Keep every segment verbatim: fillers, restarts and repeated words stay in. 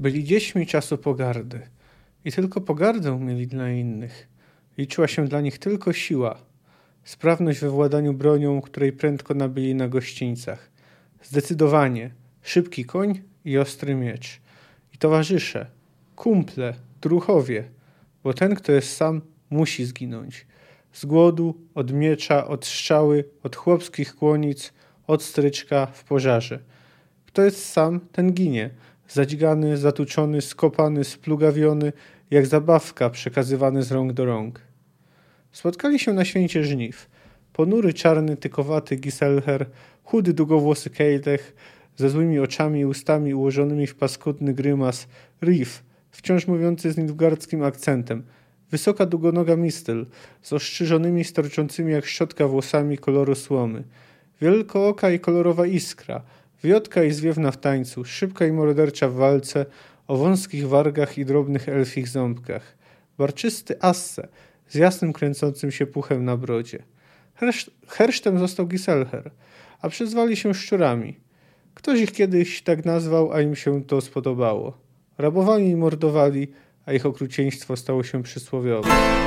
Byli dziećmi czasu pogardy i tylko pogardę mieli dla innych. Liczyła się dla nich tylko siła, sprawność we władaniu bronią, której prędko nabyli na gościńcach. Zdecydowanie, szybki koń i ostry miecz. I towarzysze, kumple, druhowie, bo ten, kto jest sam, musi zginąć. Z głodu, od miecza, od strzały, od chłopskich kłonic, od stryczka w pożarze. Kto jest sam, ten ginie, zadźgany, zatuczony, skopany, splugawiony, jak zabawka przekazywany z rąk do rąk. Spotkali się na święcie żniw. Ponury, czarny, tykowaty Giselher, chudy, długowłosy Keylech, ze złymi oczami i ustami ułożonymi w paskudny grymas, Rif, wciąż mówiący z nilfgaardzkim akcentem, wysoka, długonoga Mistel, z ostrzyżonymi, storczącymi jak szczotka włosami koloru słomy, wielkooka i kolorowa Iskra, wiotka i zwiewna w tańcu, szybka i mordercza w walce, o wąskich wargach i drobnych elfich ząbkach, barczysty Asse, z jasnym, kręcącym się puchem na brodzie. Herszt, hersztem został Giselher, a przezwali się szczurami. Ktoś ich kiedyś tak nazwał, a im się to spodobało. Rabowali i mordowali, a ich okrucieństwo stało się przysłowiowe.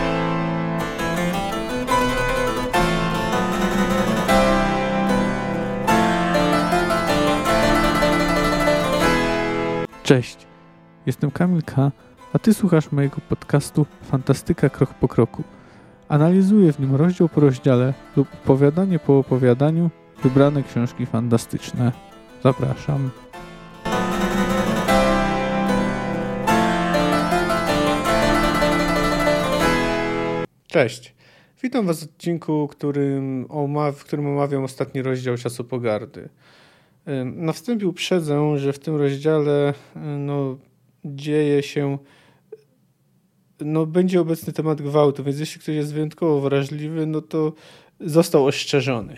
Cześć, jestem Kamil K., a Ty słuchasz mojego podcastu Fantastyka Krok po Kroku. Analizuję w nim rozdział po rozdziale lub opowiadanie po opowiadaniu wybrane książki fantastyczne. Zapraszam. Cześć, witam Was w odcinku, którym omaw- w którym omawiam ostatni rozdział Czasu Pogardy. Na wstępie uprzedzę, że w tym rozdziale no, dzieje się, no, będzie obecny temat gwałtu, więc jeśli ktoś jest wyjątkowo wrażliwy, no to został ostrzeżony.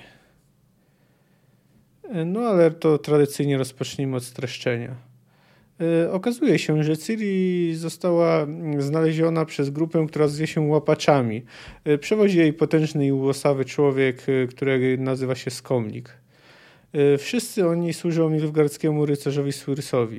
No ale to tradycyjnie rozpocznijmy od streszczenia. Okazuje się, że Ciri została znaleziona przez grupę, która zwie się łapaczami. Przewozi jej potężny i łosawy człowiek, który nazywa się Skomlik. Wszyscy oni służą nilfgaardzkiemu rycerzowi Swyrsowi.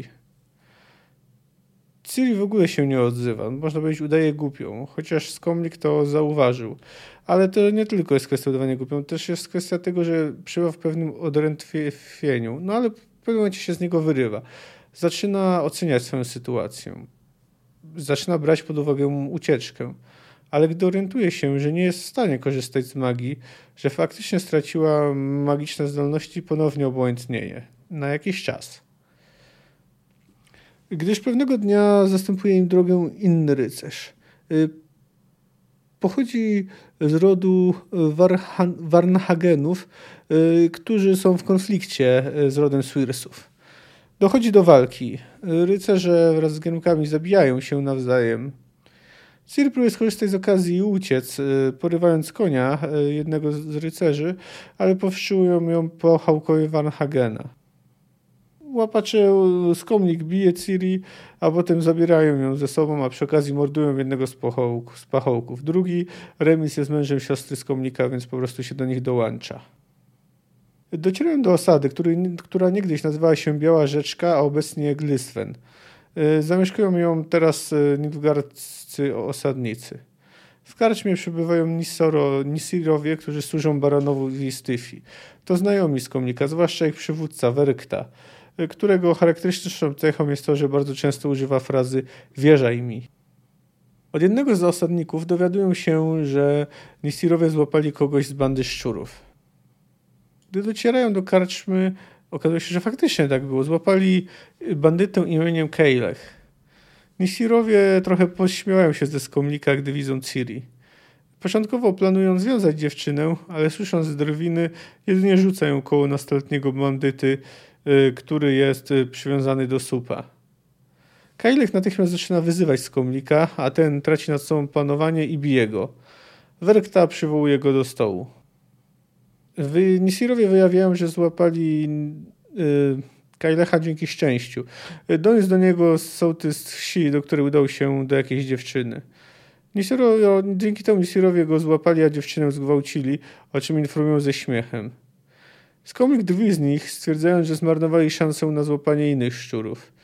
Ciri w ogóle się nie odzywa. Można powiedzieć, udaje głupią, chociaż Skomlik to zauważył. Ale to nie tylko jest kwestia udawania głupią, też jest kwestia tego, że przybywa w pewnym odrętwieniu. No ale w pewnym momencie się z niego wyrywa. Zaczyna oceniać swoją sytuację. Zaczyna brać pod uwagę ucieczkę. Ale gdy orientuje się, że nie jest w stanie korzystać z magii, że faktycznie straciła magiczne zdolności, ponownie obłędnieje. Na jakiś czas. Gdyż pewnego dnia zastępuje im drogę inny rycerz. Pochodzi z rodu Warha- Varnhagenów, którzy są w konflikcie z rodem Swirsów. Dochodzi do walki. Rycerze wraz z giermkami zabijają się nawzajem. Ciri próbuje skorzystać z okazji i uciec, porywając konia jednego z rycerzy, ale powstrzymują ją po Hałkowie Varnhagena. Łapacze Skomlik bije Ciri, a potem zabierają ją ze sobą, a przy okazji mordują jednego z, pochołk, z pachołków. Drugi, Remis, jest mężem siostry Skomlika, więc po prostu się do nich dołącza. Docierają do osady, który, która niegdyś nazywała się Biała Rzeczka, a obecnie Glistwen. Zamieszkują ją teraz nilfgaardzcy osadnicy. W karczmie przybywają Nisoro, Nisirowie, którzy służą baranowi Styfi. To znajomi Skomlika, zwłaszcza ich przywódca Werkta, którego charakterystyczną cechą jest to, że bardzo często używa frazy wierzaj mi. Od jednego z osadników dowiadują się, że Nisirowie złapali kogoś z bandy szczurów. Gdy docierają do karczmy, okazuje się, że faktycznie tak było. Złapali bandytę imieniem Keylech. Nisirowie trochę pośmiewają się ze Skomlika, gdy widzą Ciri. Początkowo planują związać dziewczynę, ale słysząc z drwiny, jedynie rzucają koło nastoletniego bandyty, y, który jest y, przywiązany do słupa. Keylech natychmiast zaczyna wyzywać Skomlika, a ten traci nad sobą panowanie i bije go. Werkta przywołuje go do stołu. Wy, Nisirowie wyjawiają, że złapali y, Kejlecha dzięki szczęściu. Doniósł do niego sołtys wsi, do której udał się do jakiejś dziewczyny. Nisiro, dzięki temu Nisirowie go złapali, a dziewczynę zgwałcili, o czym informują ze śmiechem. Skomlik drwi z nich, stwierdzając, że zmarnowali szansę na złapanie innych szczurów.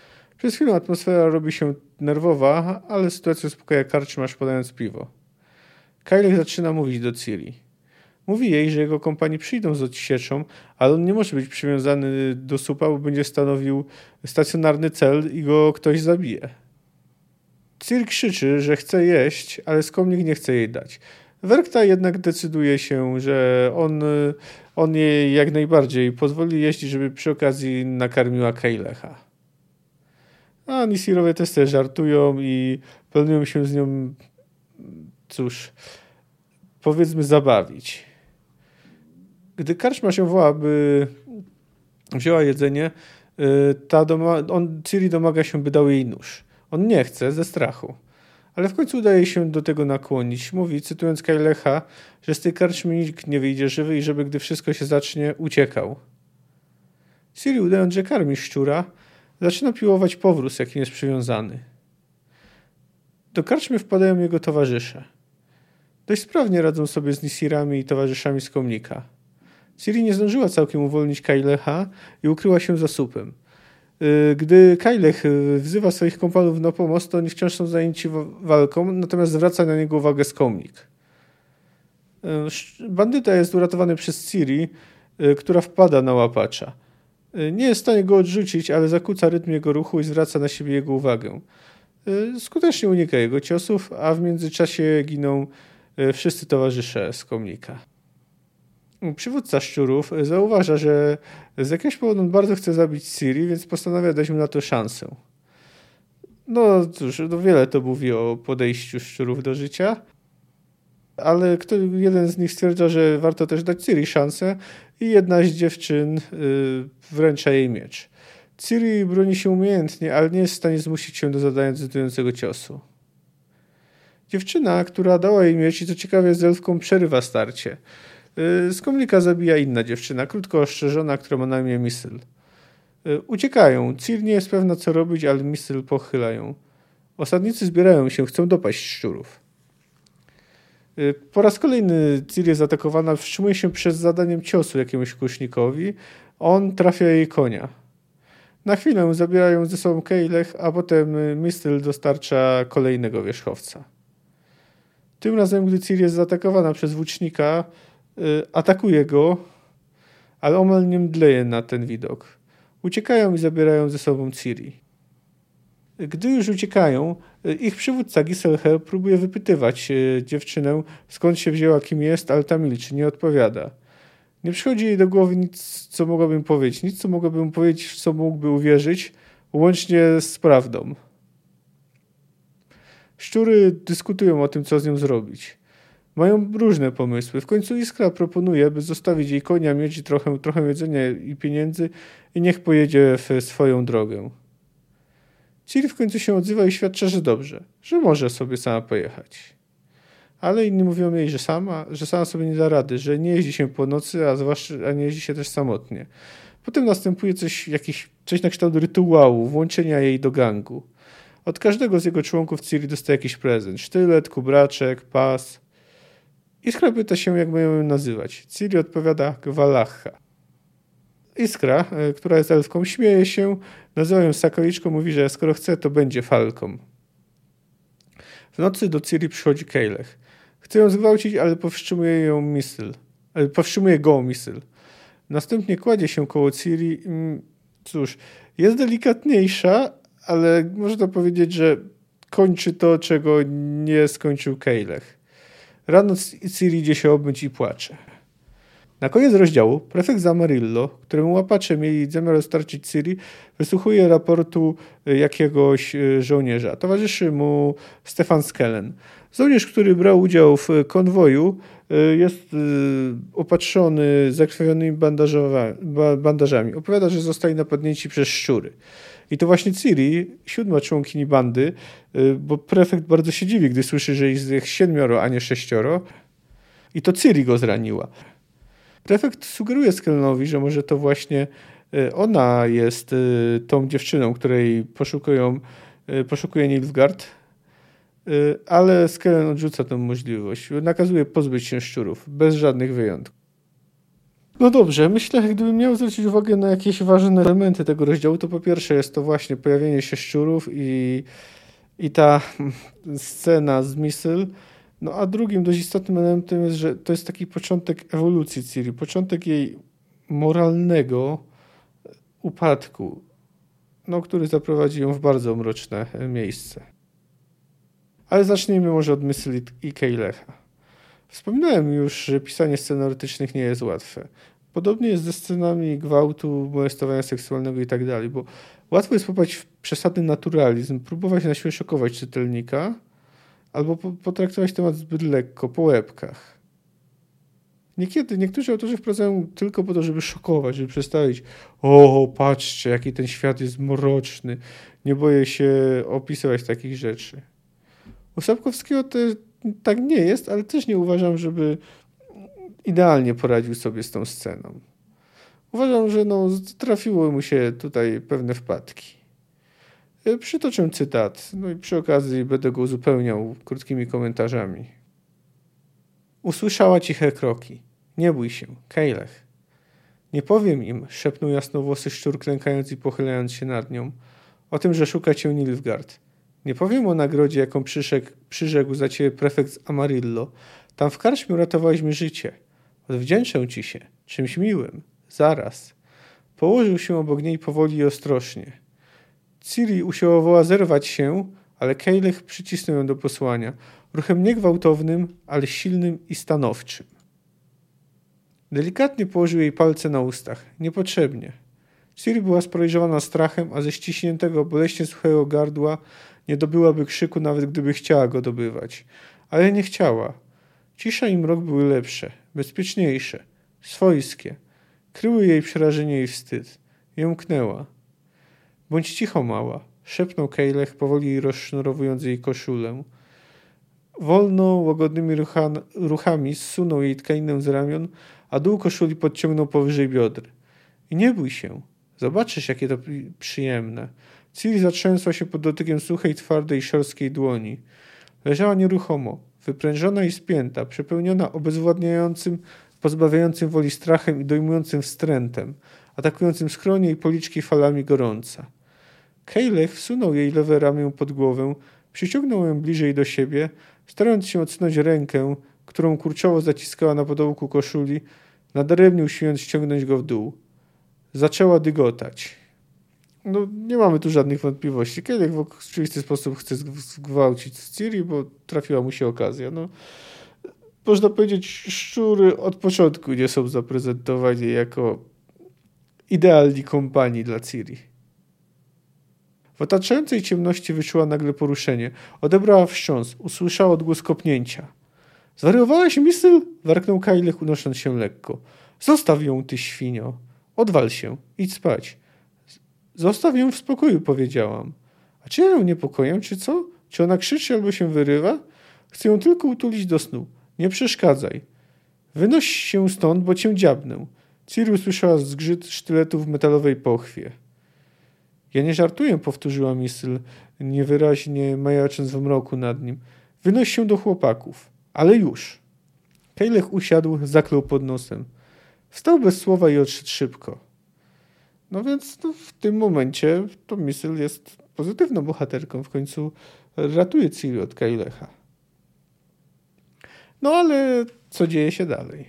Przez chwilę atmosfera robi się nerwowa, ale sytuacja uspokaja karczmarz podając piwo. Kyle zaczyna mówić do Ciri. Mówi jej, że jego kompanii przyjdą z odsieczą, ale on nie może być przywiązany do słupa, bo będzie stanowił stacjonarny cel i go ktoś zabije. Ciri krzyczy, że chce jeść, ale skomnik nie chce jej dać. Werkta jednak decyduje się, że on, on jej jak najbardziej pozwoli jeść, żeby przy okazji nakarmiła Kejlecha. A Nisirowie też sobie żartują i planują się z nią, cóż, powiedzmy zabawić. Gdy karczma się woła, by wzięła jedzenie, ta doma- on, Ciri domaga się, by dał jej nóż. On nie chce, ze strachu. Ale w końcu udaje się do tego nakłonić. Mówi, cytując Kejlecha, że z tej karczmy nikt nie wyjdzie żywy i żeby, gdy wszystko się zacznie, uciekał. Ciri, udając, że karmi szczura, zaczyna piłować powróz, jakim jest przywiązany. Do karczmy wpadają jego towarzysze. Dość sprawnie radzą sobie z Nisirami i towarzyszami z komnika. Ciri nie zdążyła całkiem uwolnić Kejlecha i ukryła się za słupem. Gdy Kejlech wzywa swoich kompanów na pomoc, to oni wciąż są zajęci walką, natomiast zwraca na niego uwagę skomnik. Bandyta jest uratowany przez Ciri, która wpada na łapacza. Nie jest w stanie go odrzucić, ale zakłóca rytm jego ruchu i zwraca na siebie jego uwagę. Skutecznie unika jego ciosów, a w międzyczasie giną wszyscy towarzysze z komnika. Przywódca szczurów zauważa, że z jakiegoś powodu on bardzo chce zabić Ciri, więc postanawia dać mu na to szansę. No cóż, no wiele to mówi o podejściu szczurów do życia, ale kto, jeden z nich stwierdza, że warto też dać Ciri szansę i jedna z dziewczyn yy, wręcza jej miecz. Ciri broni się umiejętnie, ale nie jest w stanie zmusić się do zadania decydującego ciosu. Dziewczyna, która dała jej miecz i co ciekawe z elfką, przerywa starcie. Z komnika zabija inna dziewczyna, krótko ostrzeżona, która ma na imię Misyl. Uciekają. Ciri nie jest pewna, co robić, ale Misyl pochylają. Osadnicy zbierają się, chcą dopaść szczurów. Po raz kolejny Ciri jest zaatakowana, wstrzymuje się przed zadaniem ciosu jakiemuś kusznikowi. On trafia jej konia. Na chwilę zabierają ze sobą Kejlech, a potem Misyl dostarcza kolejnego wierzchowca. Tym razem, gdy Ciri jest zaatakowana przez włócznika, atakuje go, ale omal nie mdleje na ten widok. Uciekają i zabierają ze sobą Ciri. Gdy już uciekają, ich przywódca Giselher próbuje wypytywać dziewczynę, skąd się wzięła, kim jest, ale ta milczy, nie odpowiada. Nie przychodzi jej do głowy nic, co mogłabym powiedzieć, nic, co mogłabym powiedzieć, w co mógłby uwierzyć, łącznie z prawdą. Szczury dyskutują o tym, co z nią zrobić. Mają różne pomysły. W końcu Iskra proponuje, by zostawić jej konia, mieć trochę, trochę jedzenia i pieniędzy i niech pojedzie w swoją drogę. Ciri w końcu się odzywa i świadczy, że dobrze, że może sobie sama pojechać. Ale inni mówią jej, że sama, że sama sobie nie da rady, że nie jeździ się po nocy, a zwłaszcza a nie jeździ się też samotnie. Potem następuje coś, jakiś, coś na kształt rytuału, włączenia jej do gangu. Od każdego z jego członków Ciri dostaje jakiś prezent. Sztylet, kubraczek, pas. Iskra pyta się, jak mają ją nazywać. Ciri odpowiada Gwalacha. Iskra, która jest elfką, śmieje się, nazywa ją Sakoliczką, mówi, że skoro chce, to będzie Falką. W nocy do Ciri przychodzi Kejlech. Chce ją zgwałcić, ale powstrzymuje ją Misyl. Powstrzymuje go Misyl. Następnie kładzie się koło Ciri. Cóż, jest delikatniejsza, ale można powiedzieć, że kończy to, czego nie skończył Kejlech. Rano Ciri idzie się obmyć i płacze. Na koniec rozdziału prefekt z Amarillo, któremu łapacze mieli zamiar dostarczyć Ciri, wysłuchuje raportu jakiegoś żołnierza. Towarzyszy mu Stefan Skellen. Żołnierz, który brał udział w konwoju, jest opatrzony zakrwawionymi bandażami. Opowiada, że zostali napadnięci przez szczury. I to właśnie Ciri, siódma członkini bandy, bo prefekt bardzo się dziwi, gdy słyszy, że jest ich siedmioro, a nie sześcioro. I to Ciri go zraniła. Prefekt sugeruje Skellenowi, że może to właśnie ona jest tą dziewczyną, której poszukują, poszukuje Nilfgaard, ale Skellen odrzuca tę możliwość. Nakazuje pozbyć się szczurów, bez żadnych wyjątków. No dobrze, myślę, że gdybym miał zwrócić uwagę na jakieś ważne elementy tego rozdziału, to po pierwsze jest to właśnie pojawienie się szczurów i, i ta scena z Missile. No a drugim dość istotnym elementem jest, że to jest taki początek ewolucji Ciri, początek jej moralnego upadku, no, który zaprowadzi ją w bardzo mroczne miejsce. Ale zacznijmy może od Missile i Keilecha. Wspominałem już, że pisanie scen erotycznych nie jest łatwe. Podobnie jest ze scenami gwałtu, molestowania seksualnego i tak dalej, bo łatwo jest popaść w przesadny naturalizm, próbować na siłę szokować czytelnika, albo potraktować temat zbyt lekko, po łebkach. Niekiedy niektórzy autorzy wprowadzają tylko po to, żeby szokować, żeby przedstawić: o, patrzcie, jaki ten świat jest mroczny, nie boję się opisywać takich rzeczy. U Sapkowskiego to tak nie jest, ale też nie uważam, żeby idealnie poradził sobie z tą sceną. Uważam, że no, trafiły mu się tutaj pewne wpadki. Przytoczę cytat, no i przy okazji będę go uzupełniał krótkimi komentarzami. Usłyszała ciche kroki. Nie bój się, Keilech. Nie powiem im, szepnął jasnowłosy szczur, klękając i pochylając się nad nią, o tym, że szuka cię Nilfgaard. Nie powiem o nagrodzie, jaką przyszedł, przyrzekł za ciebie prefekt z Amarillo. Tam w karczmie uratowałeś mi życie. Odwdzięczę ci się czymś miłym. Zaraz. Położył się obok niej powoli i ostrożnie. Ciri usiłowała zerwać się, ale Keilech przycisnął ją do posłania. Ruchem niegwałtownym, ale silnym i stanowczym. Delikatnie położył jej palce na ustach. Niepotrzebnie. Ciri była sparaliżowana strachem, a ze ściśniętego, boleśnie suchego gardła nie dobyłaby krzyku, nawet gdyby chciała go dobywać. Ale nie chciała. Cisza i mrok były lepsze, bezpieczniejsze, swojskie. Kryły jej przerażenie i wstyd. Jąknęła. Bądź cicho, mała, szepnął Keilech, powoli rozsznurowując jej koszulę. Wolno, łagodnymi rucha, ruchami zsunął jej tkaninę z ramion, a dół koszuli podciągnął powyżej biodr. I nie bój się. Zobaczysz, jakie to przyjemne. Ciri zatrzęsła się pod dotykiem suchej, twardej, szorstkiej dłoni. Leżała nieruchomo, wyprężona i spięta, przepełniona obezwładniającym, pozbawiającym woli strachem i dojmującym wstrętem, atakującym skronie i policzki falami gorąca. Keilech wsunął jej lewe ramię pod głowę, przyciągnął ją bliżej do siebie, starając się odsunąć rękę, którą kurczowo zaciskała na podołku koszuli, nadaremnie usiłując ściągnąć go w dół. Zaczęła dygotać. No, nie mamy tu żadnych wątpliwości. Keilech w oczywisty sposób chce zgwałcić Ciri, bo trafiła mu się okazja. No, można powiedzieć, szczury od początku nie są zaprezentowani jako idealni kompanii dla Ciri. W otaczającej ciemności wyczuła nagle poruszenie. Odebrała wstrząs. Usłyszała odgłos kopnięcia. Zwariowałaś, Missile? Warknął Keilech, unosząc się lekko. Zostaw ją, ty świnio. Odwal się. Idź spać. Zostaw ją w spokoju, powiedziałam. A czy ja ją niepokoję, czy co? Czy ona krzyczy albo się wyrywa? Chcę ją tylko utulić do snu. Nie przeszkadzaj. Wynoś się stąd, bo cię dziabnę. Ciri usłyszała zgrzyt sztyletu w metalowej pochwie. Ja nie żartuję, powtórzyła Missile, niewyraźnie majacząc w mroku nad nim. Wynoś się do chłopaków. Ale już. Keilech usiadł, zaklął pod nosem. Wstał bez słowa i odszedł szybko. No więc no, w tym momencie to Missile jest pozytywną bohaterką. W końcu ratuje Ciri od Keilecha. No ale co dzieje się dalej?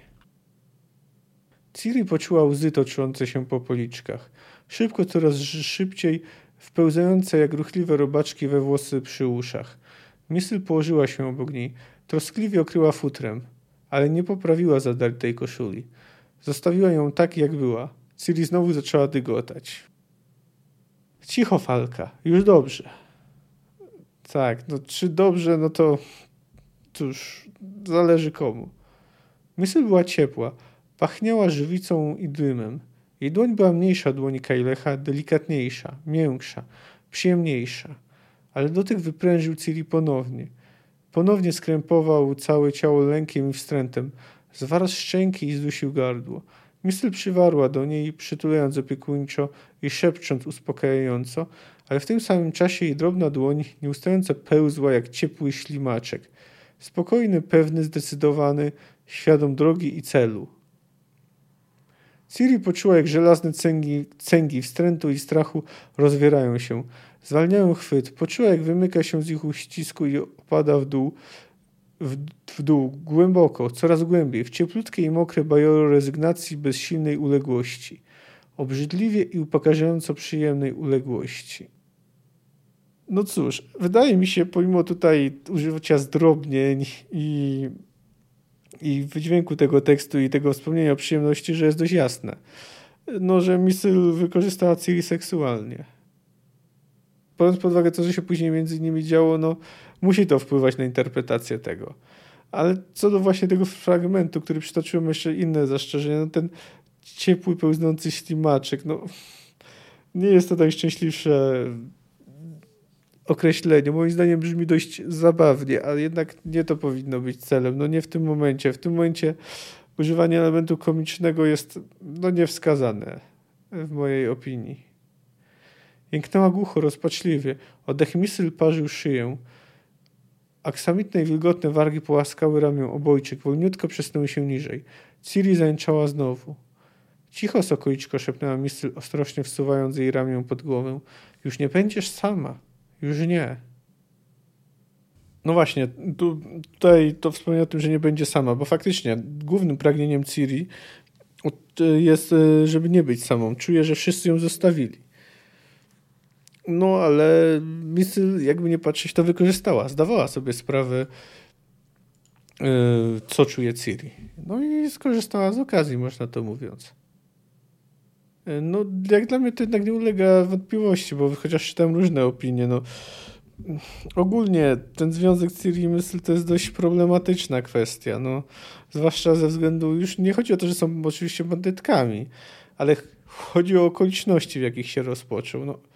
Ciri poczuła łzy toczące się po policzkach. Szybko, coraz szybciej, wpełzające jak ruchliwe robaczki we włosy przy uszach. Missile położyła się obok niej. Troskliwie okryła futrem, ale nie poprawiła zadartej koszuli. Zostawiła ją tak, jak była. Ciri znowu zaczęła dygotać. Cicho, Falka. Już dobrze. Tak, no czy dobrze, no to cóż, zależy komu. Missile była ciepła. Pachniała żywicą i dymem. Jej dłoń była mniejsza od dłoni Keilecha, delikatniejsza, miększa, przyjemniejsza. Ale dotyk wyprężył Ciri ponownie. Ponownie skrępował całe ciało lękiem i wstrętem. Zwarł szczęki i zdusił gardło. Missile przywarła do niej, przytulając opiekuńczo i szepcząc uspokajająco, ale w tym samym czasie jej drobna dłoń nieustająco pełzła jak ciepły ślimaczek. Spokojny, pewny, zdecydowany, świadom drogi i celu. Ciri poczuła, jak żelazne cęgi, cęgi wstrętu i strachu rozwierają się. Zwalniają chwyt. Poczuła, jak wymyka się z ich uścisku i opada w dół, w, w dół, głęboko, coraz głębiej, w cieplutkie i mokre bajoro rezygnacji bezsilnej uległości. Obrzydliwie i upokarzająco przyjemnej uległości. No cóż, wydaje mi się, pomimo tutaj użycia zdrobnień i, i wydźwięku tego tekstu i tego wspomnienia o przyjemności, że jest dość jasne. No, że Missel wykorzystała Ciri seksualnie. Biorąc pod uwagę to, że się później między nimi działo, no musi to wpływać na interpretację tego. Ale co do właśnie tego fragmentu, który przytoczyłem, jeszcze inne zastrzeżenia, no ten ciepły, pełznący ślimaczek, no nie jest to najszczęśliwsze określenie. Moim zdaniem brzmi dość zabawnie, ale jednak nie to powinno być celem. No nie w tym momencie. W tym momencie używanie elementu komicznego jest no niewskazane w mojej opinii. Jęknęła głucho, rozpaczliwie. Oddech Missel parzył szyję. Aksamitne i wilgotne wargi połaskały ramię obojczyk. Wolniutko przesunęły się niżej. Ciri zajęczała znowu. Cicho, sokoliczko, szepnęła Missel, ostrożnie wsuwając jej ramię pod głowę. Już nie będziesz sama. Już nie. No właśnie, tu, tutaj to wspomnę o tym, że nie będzie sama, bo faktycznie głównym pragnieniem Ciri jest, żeby nie być samą. Czuje, że wszyscy ją zostawili. No ale Missel, jakby nie patrzeć, to wykorzystała. Zdawała sobie sprawę, yy, co czuje Ciri. No i skorzystała z okazji, można to mówiąc. Yy, no jak dla mnie to jednak nie ulega wątpliwości, bo chociaż czytam różne opinie, no ogólnie ten związek Ciri i Missel to jest dość problematyczna kwestia, no zwłaszcza ze względu, już nie chodzi o to, że są oczywiście bandytkami, ale chodzi o okoliczności, w jakich się rozpoczął. No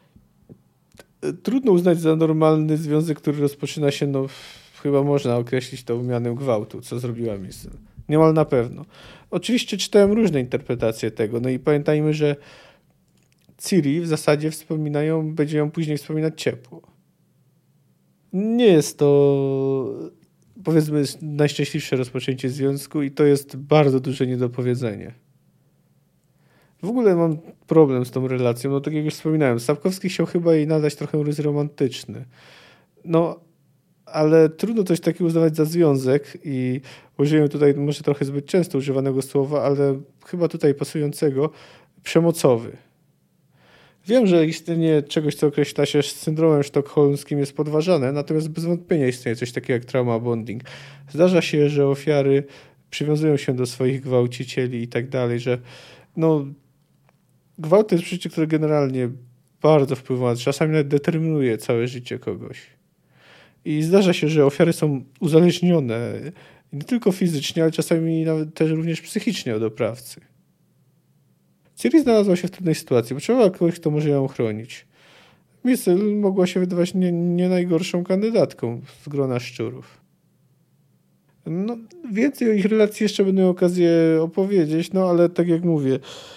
trudno uznać za normalny związek, który rozpoczyna się, no chyba można określić to mianem gwałtu, co zrobiła Missel. Niemal na pewno. Oczywiście czytałem różne interpretacje tego, no i pamiętajmy, że Ciri w zasadzie wspominają, będzie ją później wspominać ciepło. Nie jest to, powiedzmy, najszczęśliwsze rozpoczęcie związku i to jest bardzo duże niedopowiedzenie. W ogóle mam problem z tą relacją, no tak jak już wspominałem, Sapkowski chciał chyba jej nadać trochę rys romantyczny. No, ale trudno coś takiego uznawać za związek i użyję tutaj może trochę zbyt często używanego słowa, ale chyba tutaj pasującego, przemocowy. Wiem, że istnienie czegoś, co określa się syndromem sztokholmskim jest podważane, natomiast bez wątpienia istnieje coś takiego jak trauma bonding. Zdarza się, że ofiary przywiązują się do swoich gwałcicieli i tak dalej, że no gwałt to jest przeżycie, które generalnie bardzo wpływa, czasami nawet determinuje całe życie kogoś. I zdarza się, że ofiary są uzależnione nie tylko fizycznie, ale czasami nawet też również psychicznie od oprawcy. Ciri znalazła się w trudnej sytuacji. Potrzebowała kogoś, kto może ją chronić. Missel mogła się wydawać nie, nie najgorszą kandydatką z grona szczurów. No, więcej o ich relacji jeszcze będę miał okazję opowiedzieć, no ale tak jak mówię,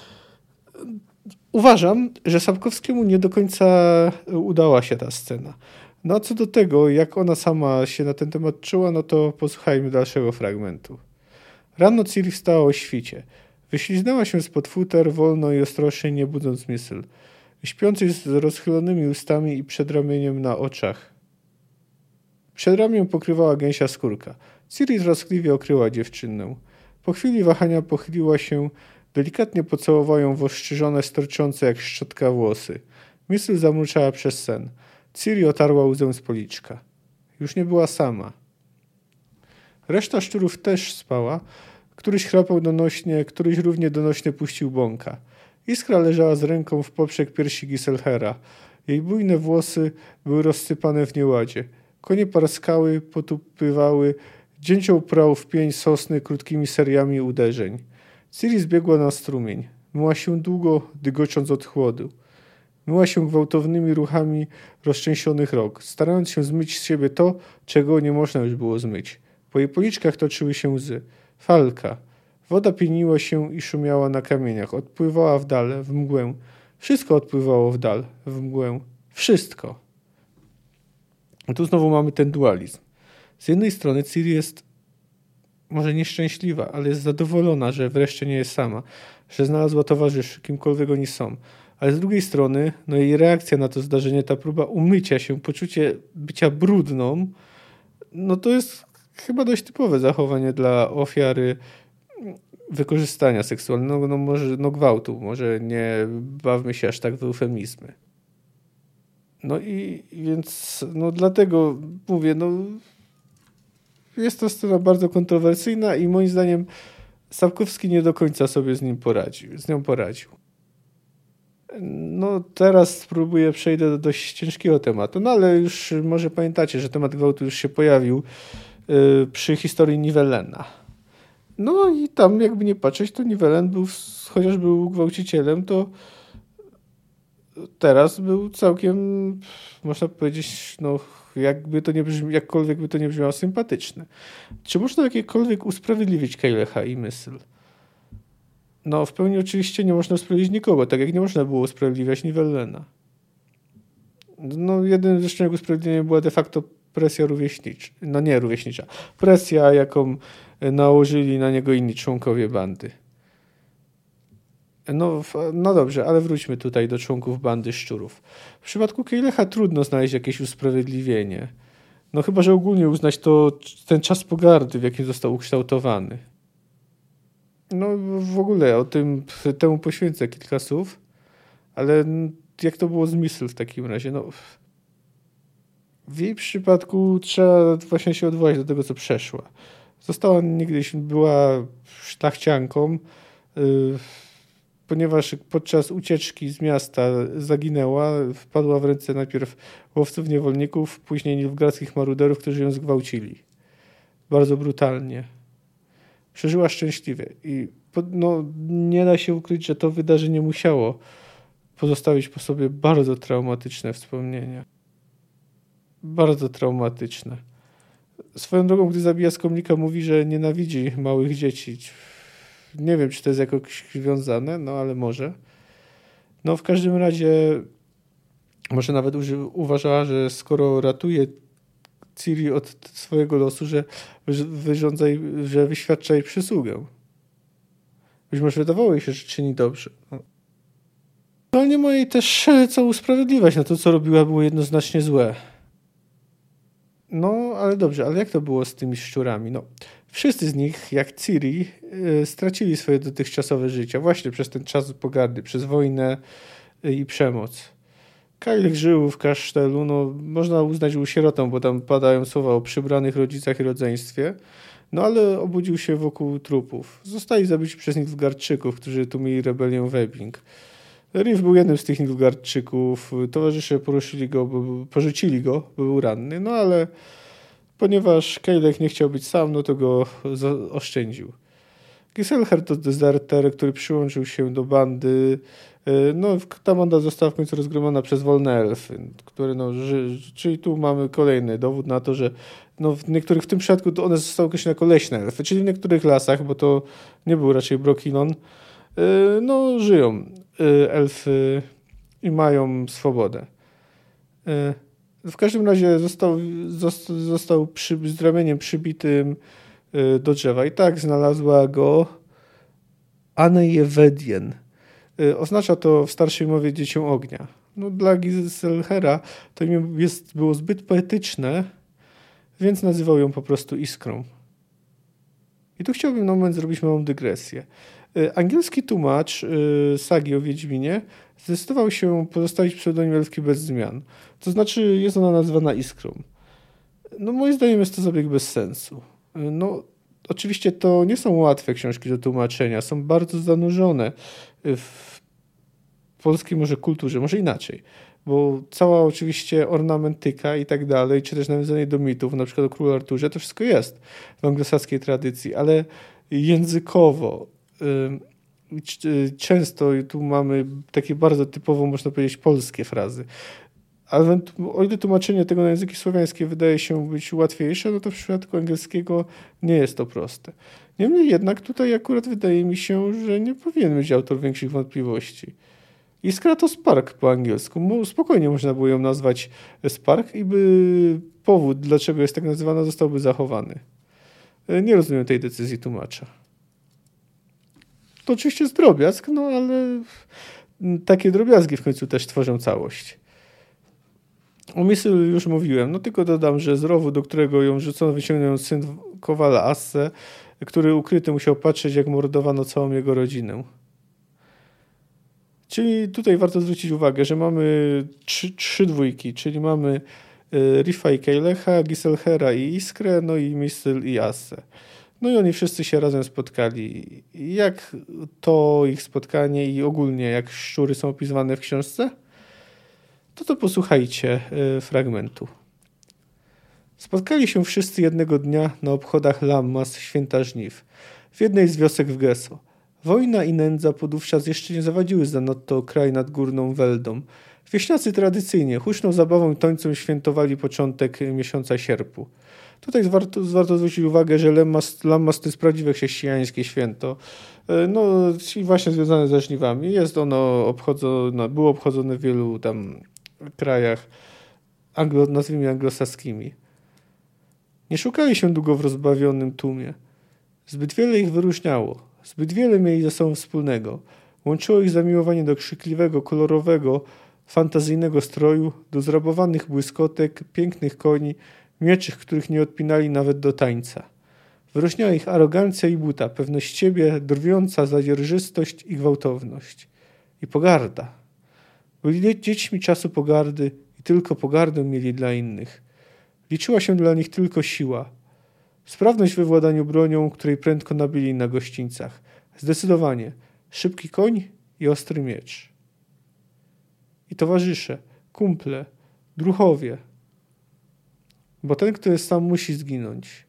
uważam, że Sapkowskiemu nie do końca udała się ta scena. No a co do tego, jak ona sama się na ten temat czuła, no to posłuchajmy dalszego fragmentu. Rano Ciri wstała o świcie. Wyśliznęła się spod futer, wolno i ostrożnie, nie budząc Missel. Śpiącej z rozchylonymi ustami i przedramieniem na oczach. Przedramię pokrywała gęsia skórka. Ciri troskliwie okryła dziewczynę. Po chwili wahania pochyliła się, delikatnie pocałowała ją w ostrzyżone, storczące jak szczotka włosy. Missel zamruczała przez sen. Ciri otarła łzę z policzka. Już nie była sama. Reszta szczurów też spała. Któryś chrapał donośnie, któryś równie donośnie puścił bąka. Iskra leżała z ręką w poprzek piersi Giselhera. Jej bujne włosy były rozsypane w nieładzie. Konie parskały, potupywały. Dzięcioł prał w pień sosny krótkimi seriami uderzeń. Ciri zbiegła na strumień. Myła się długo, dygocząc od chłodu. Myła się gwałtownymi ruchami rozczęsionych rąk, starając się zmyć z siebie to, czego nie można już było zmyć. Po jej policzkach toczyły się łzy. Falka. Woda pieniła się i szumiała na kamieniach. Odpływała w dal, w mgłę. Wszystko odpływało w dal, w mgłę. Wszystko. I tu znowu mamy ten dualizm. Z jednej strony Ciri jest może nieszczęśliwa, ale jest zadowolona, że wreszcie nie jest sama. że znalazła towarzyszy, kimkolwiek oni są. Ale z drugiej strony, no jej reakcja na to zdarzenie, ta próba umycia się, poczucie bycia brudną, no to jest chyba dość typowe zachowanie dla ofiary wykorzystania seksualnego, no, no może no gwałtu, może nie bawmy się aż tak w eufemizmy. No i więc no dlatego mówię, no jest to scena bardzo kontrowersyjna i moim zdaniem Sapkowski nie do końca sobie z nim poradził, z nią poradził. No teraz spróbuję, przejdę do dość ciężkiego tematu, no ale już może pamiętacie, że temat gwałtu już się pojawił yy, przy historii Nivellena. No i tam jakby nie patrzeć, to Nivellen był, chociaż był gwałcicielem, to teraz był całkiem, można powiedzieć, no jakby to nie brzmi, jakkolwiek by to nie brzmiało, sympatyczne. Czy można jakiekolwiek usprawiedliwić Keilecha i Mysl? No w pełni oczywiście nie można usprawiedliwić nikogo, tak jak nie można było usprawiedliwiać Nivellena. No jedynym zresztą usprawiedliwieniem była de facto presja rówieśnicza. No nie rówieśnicza. Presja, jaką nałożyli na niego inni członkowie bandy. No, no dobrze, ale wróćmy tutaj do członków bandy szczurów. W przypadku Keilecha trudno znaleźć jakieś usprawiedliwienie. No chyba, że ogólnie uznać to ten czas pogardy, w jakim został ukształtowany. No w ogóle o tym temu poświęcę kilka słów, ale jak to było z Mysl w takim razie? No, w jej przypadku trzeba właśnie się odwołać do tego, co przeszła. Została niegdyś, była szlachcianką, yy, ponieważ podczas ucieczki z miasta zaginęła, wpadła w ręce najpierw łowców niewolników, później nilfgaardzkich maruderów, którzy ją zgwałcili. Bardzo brutalnie. Przeżyła szczęśliwie i no, nie da się ukryć, że to wydarzenie musiało pozostawić po sobie bardzo traumatyczne wspomnienia. Bardzo traumatyczne. Swoją drogą, gdy zabija skomnika, mówi, że nienawidzi małych dzieci. Nie wiem, czy to jest jakoś związane, no ale może. No w każdym razie może nawet uży- uważała, że skoro ratuje Ciri od swojego losu, że wyrządza jej, że wyświadcza jej przysługę. Być może wydawało jej się, że czyni dobrze. No. Ale nie ma jej też co usprawiedliwiać. No to, co robiła, było jednoznacznie złe. No, ale dobrze, ale jak to było z tymi szczurami? No, wszyscy z nich, jak Ciri, yy, stracili swoje dotychczasowe życie właśnie przez ten czas pogardy, przez wojnę yy, i przemoc. Keilich żył w kasztelu, no można uznać, że był sierotą, bo tam padają słowa o przybranych rodzicach i rodzeństwie, no ale obudził się wokół trupów. Zostali zabici przez Nilfgaardczyków, którzy tu mieli rebelię Webbing. Riff był jednym z tych Nilfgaardczyków, towarzysze poruszyli go, bo, porzucili go, bo był ranny, no ale ponieważ Keilich nie chciał być sam, no to go oszczędził. Giselher to dezerter, który przyłączył się do bandy. No, ta banda została w końcu rozgromiona przez wolne elfy, które, no, ży, czyli tu mamy kolejny dowód na to, że no, w niektórych, w tym przypadku to one zostały określone jako leśne elfy, czyli w niektórych lasach, bo to nie był raczej Brokilon, no, żyją elfy i mają swobodę. W każdym razie został, został przy, z ramieniem przybitym do drzewa i tak znalazła go Anne-Evedien. Oznacza to w starszej mowie dziecię ognia. No, dla Giselhera to imię jest, było zbyt poetyczne, więc nazywał ją po prostu Iskrą. I tu chciałbym na moment zrobić małą dygresję. Angielski tłumacz y, sagi o Wiedźminie zdecydował się pozostawić pseudonim elfki bez zmian. To znaczy jest ona nazwana Iskrą. No moim zdaniem jest to zabieg bez sensu. No oczywiście to nie są łatwe książki do tłumaczenia. Są bardzo zanurzone w polskiej może kulturze, może inaczej. Bo cała oczywiście ornamentyka i tak dalej, czy też nawiązanie do mitów, na przykład o Królu Arturze, to wszystko jest w anglosaskiej tradycji, ale językowo yy, często tu mamy takie bardzo typowo, można powiedzieć, polskie frazy. Ale o ile tłumaczenie tego na języki słowiańskie wydaje się być łatwiejsze, no to w przypadku angielskiego nie jest to proste. Niemniej jednak tutaj akurat wydaje mi się, że nie powinien mieć autor większych wątpliwości. Iskra to Spark po angielsku. Spokojnie można było ją nazwać Spark i by powód, dlaczego jest tak nazywana, zostałby zachowany. Nie rozumiem tej decyzji tłumacza. to oczywiście jest drobiazg, no ale takie drobiazgi w końcu też tworzą całość. O Misyl już mówiłem, no tylko dodam, że z rowu, do którego ją rzucono, wyciągnął syn Kowala Asse, który ukryty musiał patrzeć, jak mordowano całą jego rodzinę. Czyli tutaj warto zwrócić uwagę, że mamy trzy, trzy dwójki, czyli mamy Rifa i Keilecha, Giselhera i Iskrę, no i Misyl i Assę. No i oni wszyscy się razem spotkali. Jak to ich spotkanie i ogólnie jak szczury są opisywane w książce? To to posłuchajcie y, fragmentu. Spotkali się wszyscy jednego dnia na obchodach Lammas, święta żniw, w jednej z wiosek w Geso. Wojna i nędza podówczas jeszcze nie zawadziły zanadto kraj nad górną Weldą. Wieśniacy tradycyjnie, huczną zabawą i tańcą świętowali początek miesiąca sierpu. Tutaj warto, warto zwrócić uwagę, że Lammas, Lammas to jest prawdziwe chrześcijańskie święto. No i właśnie związane ze żniwami. Jest ono obchodzone, było obchodzone w wielu tam krajach, anglo, nazwijmy anglosaskimi. Nie szukali się długo w rozbawionym tłumie. Zbyt wiele ich wyróżniało. Zbyt wiele mieli ze sobą wspólnego. Łączyło ich zamiłowanie do krzykliwego, kolorowego, fantazyjnego stroju, do zrabowanych błyskotek, pięknych koni, mieczych, których nie odpinali nawet do tańca. Wyróżniała ich arogancja i buta, pewność siebie, drwiąca zadzierżystość i gwałtowność. I pogarda. Byli dziećmi czasu pogardy i tylko pogardę mieli dla innych. Liczyła się dla nich tylko siła. Sprawność we władaniu bronią, której prędko nabyli na gościńcach. Zdecydowanie szybki koń i ostry miecz. I towarzysze, kumple, druhowie. Bo ten, kto jest sam, musi zginąć.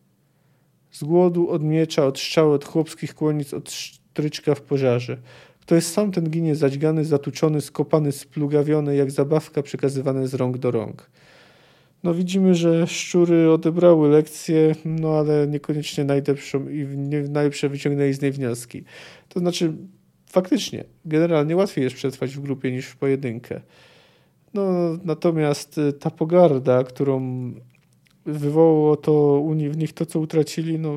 Z głodu, od miecza, od strzały, od chłopskich kłonic, od stryczka w pożarze. Kto jest sam, ten ginie zadźgany, zatuczony, skopany, splugawiony, jak zabawka przekazywane z rąk do rąk. No widzimy, że szczury odebrały lekcję, no ale niekoniecznie najlepszą i najlepsze wyciągnęli z niej wnioski. To znaczy, faktycznie, generalnie łatwiej jest przetrwać w grupie niż w pojedynkę. No natomiast ta pogarda, którą wywołało to u nich, w nich to, co utracili, no,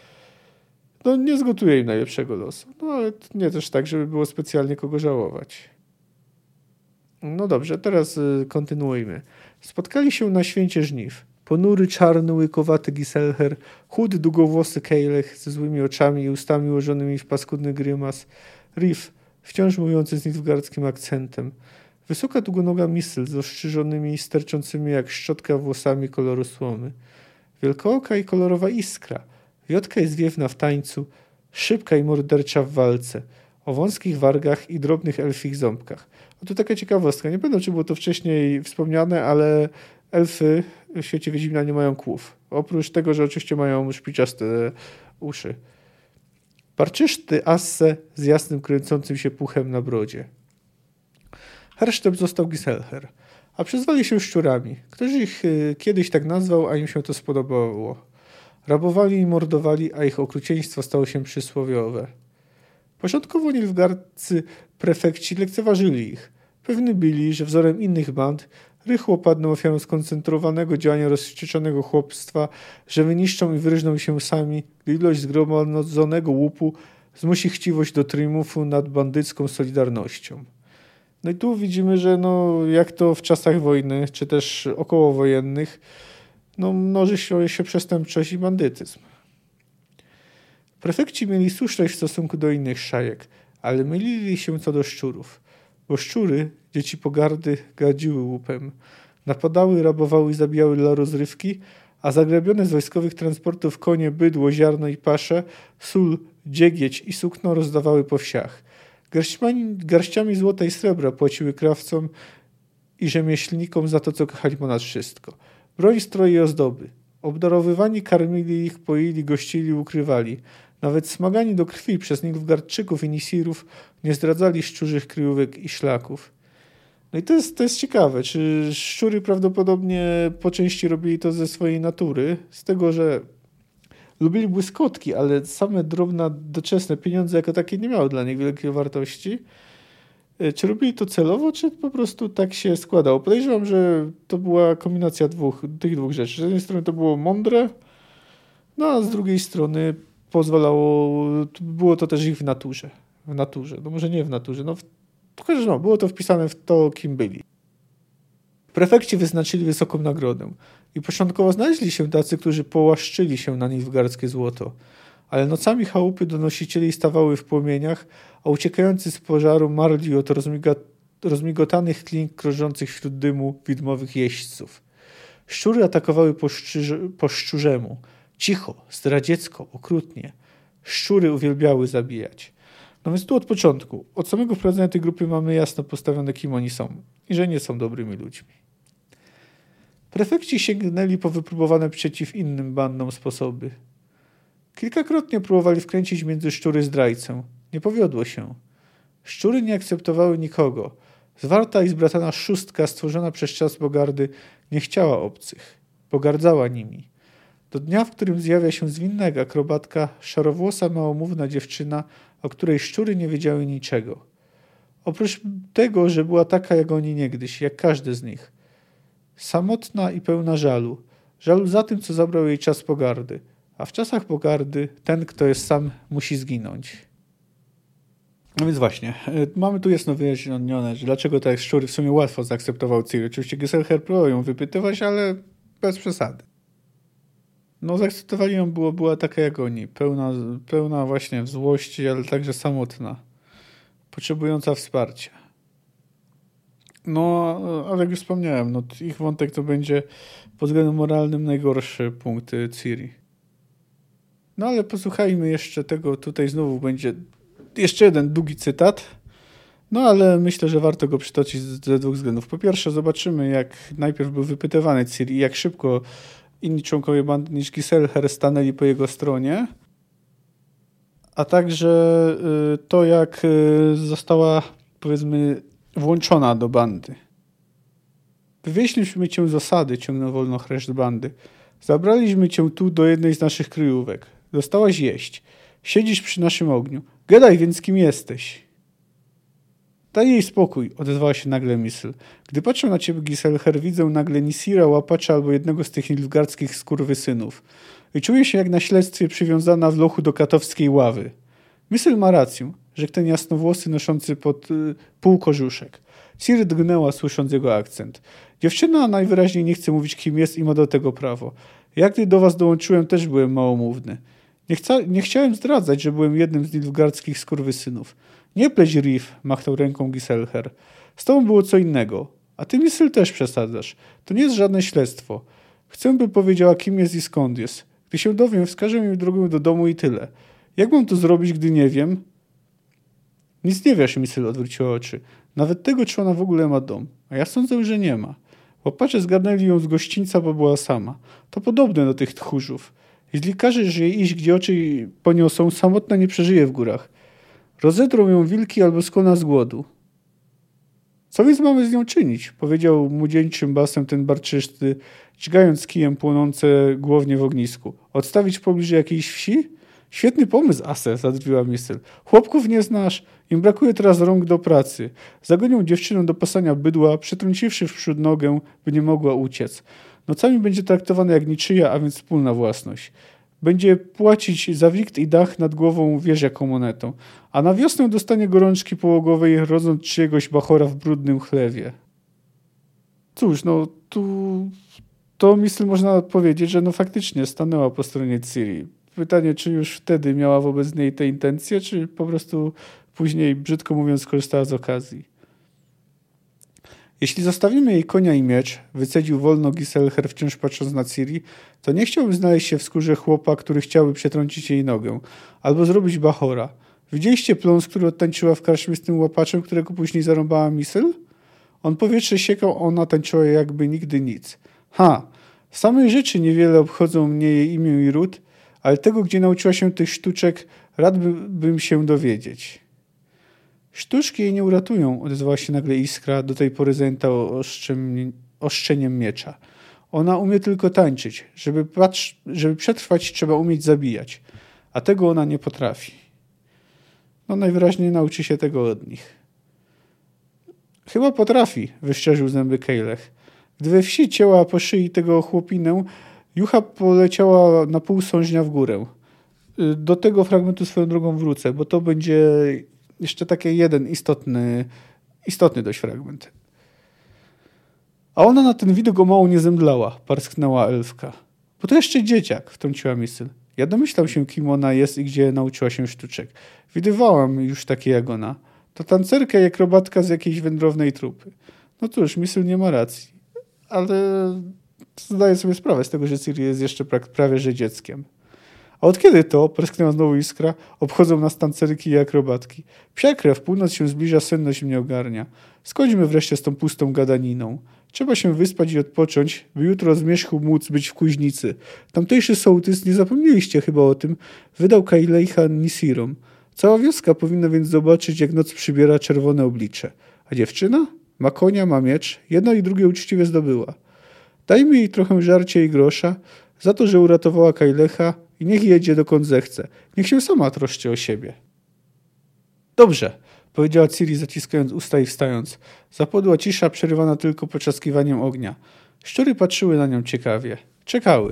no nie zgotuje im najlepszego losu. No ale nie też tak, żeby było specjalnie kogo żałować. No dobrze, teraz kontynuujmy. Spotkali się na święcie żniw. Ponury, czarny, łykowaty Giselher, chudy, długowłosy Keilech ze złymi oczami i ustami ułożonymi w paskudny grymas, Rif, wciąż mówiący z nilfgaardzkim akcentem, wysoka, długonoga Misyl z ostrzyżonymi i sterczącymi jak szczotka włosami koloru słomy, wielkooka i kolorowa Iskra, wiotka i zwiewna w tańcu, szybka i mordercza w walce, o wąskich wargach i drobnych elfich ząbkach. O, tu taka ciekawostka. Nie pamiętam, czy było to wcześniej wspomniane, ale elfy w świecie Wiedźmina nie mają kłów. Oprócz tego, że oczywiście mają szpiczaste uszy. Parczyszty Asse z jasnym, kręcącym się puchem na brodzie. Hersztep został Giselher, a przyzwali się szczurami. Ktoś ich kiedyś tak nazwał, a im się to spodobało. Rabowali i mordowali, a ich okrucieństwo stało się przysłowiowe. Początkowo nilfgaardzcy prefekci lekceważyli ich. Pewni byli, że wzorem innych band rychło padną ofiarą skoncentrowanego działania rozwścieczonego chłopstwa, że wyniszczą i wyryżną się sami, gdy ilość zgromadzonego łupu zmusi chciwość do triumfu nad bandycką solidarnością. No i tu widzimy, że no, jak to w czasach wojny, czy też okołowojennych, no, mnoży się, się przestępczość i bandytyzm. Prefekci mieli słuszność w stosunku do innych szajek, ale mylili się co do szczurów, bo szczury, dzieci pogardy, gardziły łupem, napadały, rabowały i zabijały dla rozrywki, a zagrabione z wojskowych transportów konie, bydło, ziarno i pasze, sól, dziegieć i sukno rozdawały po wsiach. Garściami, garściami złota i srebra płaciły krawcom i rzemieślnikom za to, co kochali ponad wszystko. Broń, stroje i ozdoby. Obdarowywani karmili ich, poili, gościli, ukrywali. Nawet smagani do krwi przez Nilfgaardczyków i Nisirów nie zdradzali szczurzych kryjówek i szlaków. No i to jest, to jest ciekawe, czy szczury prawdopodobnie po części robili to ze swojej natury, z tego, że lubili błyskotki, ale same drobne, doczesne pieniądze jako takie nie miały dla nich wielkiej wartości. Czy robili to celowo, czy po prostu tak się składało? Podejrzewam, że to była kombinacja dwóch, tych dwóch rzeczy. Z jednej strony to było mądre, no a z drugiej strony pozwalało, było to też ich w naturze. W naturze, no może nie w naturze, no, w, no było to wpisane w to, kim byli. Prefekci wyznaczyli wysoką nagrodę i początkowo znaleźli się tacy, którzy połaszczyli się na nilfgaardzkie złoto, ale nocami chałupy donosicieli stawały w płomieniach, a uciekający z pożaru marli od rozmiga, rozmigotanych klink krążących wśród dymu widmowych jeźdźców. Szczury atakowały po, szczyże, po szczurzemu. Cicho, zdradziecko, okrutnie. Szczury uwielbiały zabijać. No więc tu od początku, od samego wprowadzenia tej grupy mamy jasno postawione, kim oni są i że nie są dobrymi ludźmi. Prefekci sięgnęli po wypróbowane przeciw innym bandom sposoby. Kilkakrotnie próbowali wkręcić między szczury zdrajcę. Nie powiodło się. Szczury nie akceptowały nikogo. Zwarta i zbratana szóstka stworzona przez czas Bogardy nie chciała obcych. Pogardzała nimi. Do dnia, w którym zjawia się zwinna akrobatka, szarowłosa, małomówna dziewczyna, o której szczury nie wiedziały niczego. Oprócz tego, że była taka jak oni niegdyś, jak każdy z nich. Samotna i pełna żalu. Żalu za tym, co zabrał jej czas pogardy. A w czasach pogardy ten, kto jest sam, musi zginąć. No więc właśnie, mamy tu jasno wyjaśnione, że dlaczego te szczury w sumie łatwo zaakceptował Ciri. Oczywiście Giselher próbował ją wypytywać, ale bez przesady. No zaakceptowali ją, było, była taka jak oni, pełna, pełna właśnie złości, ale także samotna, potrzebująca wsparcia. No, ale jak już wspomniałem, no, ich wątek to będzie pod względem moralnym najgorszy punkt Ciri. No ale posłuchajmy jeszcze tego, tutaj znowu będzie jeszcze jeden długi cytat, no ale myślę, że warto go przytoczyć ze dwóch względów. Po pierwsze zobaczymy, jak najpierw był wypytywany Ciri i jak szybko inni członkowie bandy niż Giselher stanęli po jego stronie, a także to, jak została, powiedzmy, włączona do bandy. Wywieźliśmy cię z osady, ciągnął wolno chreszcz bandy. Zabraliśmy cię tu do jednej z naszych kryjówek. Dostałaś jeść. Siedzisz przy naszym ogniu. Gadaj więc, kim jesteś. Daj jej spokój, odezwała się nagle Misl. Gdy patrzę na ciebie, Giselher, widzę nagle Nisira, łapacza albo jednego z tych nilfgaardzkich skurwysynów. I czuję się jak na śledztwie przywiązana w lochu do katowskiej ławy. Misl ma rację, rzekł ten jasnowłosy noszący pod y, pół kożuszek. Ciri drgnęła, słysząc jego akcent. Dziewczyna najwyraźniej nie chce mówić, kim jest i ma do tego prawo. Ja, gdy do was dołączyłem, też byłem małomówny. Nie, chca, nie chciałem zdradzać, że byłem jednym z nilfgaardzkich skurwysynów. Nie pleć, Riff, machnął ręką Giselher. Z tobą było co innego. A ty, Misl, też przesadzasz. To nie jest żadne śledztwo. Chcę, by powiedziała, kim jest i skąd jest. Gdy się dowiem, wskażę mi drogę do domu i tyle. Jak mam to zrobić, gdy nie wiem? Nic nie wiesz, Misl odwróciła oczy. Nawet tego, czy ona w ogóle ma dom. A ja sądzę, że nie ma. Łapacze zgarnęli ją z gościńca, bo była sama. To podobne do tych tchórzów. Jeśli każesz jej iść, gdzie oczy poniosą, samotna nie przeżyje w górach. Rozedrą ją wilki albo skona z głodu. Co więc mamy z nią czynić? Powiedział młodzieńczym basem ten barczysty, dźgając kijem płonące głownie w ognisku. Odstawić w pobliżu jakiejś wsi? Świetny pomysł, Ase, zadrwiła Misl. Chłopków nie znasz, im brakuje teraz rąk do pracy. Zagonią dziewczynę do pasania bydła, przetrąciwszy wprzód nogę, by nie mogła uciec. Nocami będzie traktowana jak niczyja, a więc wspólna własność. Będzie płacić za wikt i dach nad głową wiesz jaką monetą, a na wiosnę dostanie gorączki połogowej, rodząc czyjegoś bachora w brudnym chlewie. Cóż, no tu to Misl można powiedzieć, że no faktycznie stanęła po stronie Ciri. Pytanie, czy już wtedy miała wobec niej te intencje, czy po prostu później, brzydko mówiąc, skorzystała z okazji. Jeśli zostawimy jej konia i miecz, wycedził wolno Giselher, wciąż patrząc na Ciri, to nie chciałbym znaleźć się w skórze chłopa, który chciałby przetrącić jej nogę, albo zrobić bachora. Widzieliście pląs, który odtańczyła w karczmie z tym łapaczem, którego później zarąbała Misl? On powietrze siekał, ona tańczyła jakby nigdy nic. Ha! W samej rzeczy niewiele obchodzą mnie jej imię i ród, ale tego, gdzie nauczyła się tych sztuczek, rad by, bym się dowiedzieć. Sztuczki jej nie uratują, odezwała się nagle Iskra, do tej pory zajęta oszczem, oszczeniem miecza. Ona umie tylko tańczyć. Żeby, patrz, żeby przetrwać, trzeba umieć zabijać. A tego ona nie potrafi. No najwyraźniej nauczy się tego od nich. Chyba potrafi, wyszczerzył zęby Keyleth. Gdy we wsi cięła po szyi tego chłopinę, jucha poleciała na pół sążnia w górę. Do tego fragmentu swoją drogą wrócę, bo to będzie jeszcze taki jeden istotny, istotny dość fragment. A ona na ten widok o mało nie zemdlała, parsknęła elfka. Bo to jeszcze dzieciak, wtrąciła Missel. Ja domyślam się, kim ona jest i gdzie nauczyła się sztuczek. Widywałam już takie jak ona. To tancerka i akrobatka z jakiejś wędrownej trupy. No cóż, Missel nie ma racji. Ale zdaję sobie sprawę z tego, że Ciri jest jeszcze prawie że dzieckiem. A od kiedy to, presknęła znowu Iskra, obchodzą nas tancerki i akrobatki? Psia krew, północ się zbliża, senność mnie ogarnia. Skończmy wreszcie z tą pustą gadaniną. Trzeba się wyspać i odpocząć, by jutro z zmierzchu móc być w kuźnicy. Tamtejszy sołtys, nie zapomnieliście chyba o tym, wydał Kaileicha Nisirom. Cała wioska powinna więc zobaczyć, jak noc przybiera czerwone oblicze. A dziewczyna? Ma konia, ma miecz, jedno i drugie uczciwie zdobyła. Dajmy jej trochę żarcia i grosza za to, że uratowała Kaileicha i niech jedzie dokąd zechce. Niech się sama troszczy o siebie. Dobrze, powiedziała Ciri, zaciskając usta i wstając. Zapadła cisza, przerywana tylko poczaskiwaniem ognia. Szczury patrzyły na nią ciekawie. Czekały.